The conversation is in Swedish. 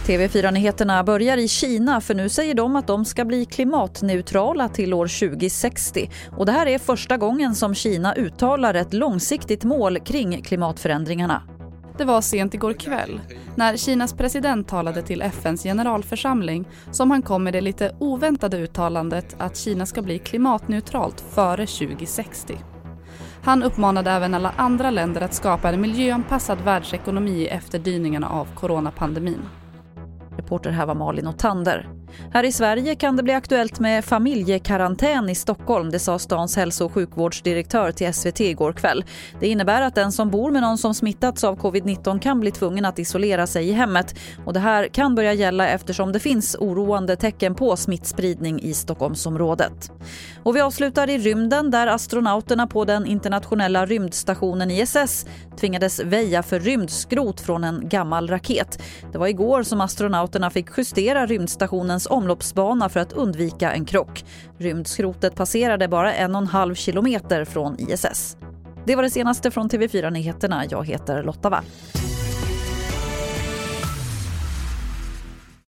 TV4-nyheterna börjar i Kina, för nu säger de att de ska bli klimatneutrala till år 2060. Och det här är första gången som Kina uttalar ett långsiktigt mål kring klimatförändringarna. Det var sent igår kväll när Kinas president talade till FNs generalförsamling som han kom med det lite oväntade uttalandet att Kina ska bli klimatneutralt före 2060. Han uppmanade även alla andra länder att skapa en miljöanpassad världsekonomi efter dyningarna av coronapandemin. Reporter här var Malin och Tander. Här i Sverige kan det bli aktuellt med familjekarantän i Stockholm, det sa stans hälso- och sjukvårdsdirektör till SVT igår kväll. Det innebär att den som bor med någon som smittats av covid-19 kan bli tvungen att isolera sig i hemmet. Och det här kan börja gälla eftersom det finns oroande tecken på smittspridning i Stockholmsområdet. Och vi avslutar i rymden där astronauterna på den internationella rymdstationen ISS tvingades väja för rymdskrot från en gammal raket. Det var igår som astronauterna fick justera rymdstationens omloppsbana för att undvika en krock. Rymdskrotet passerade bara 1,5 kilometer från ISS. Det var det senaste från TV4-nyheterna. Jag heter Lotta Wall.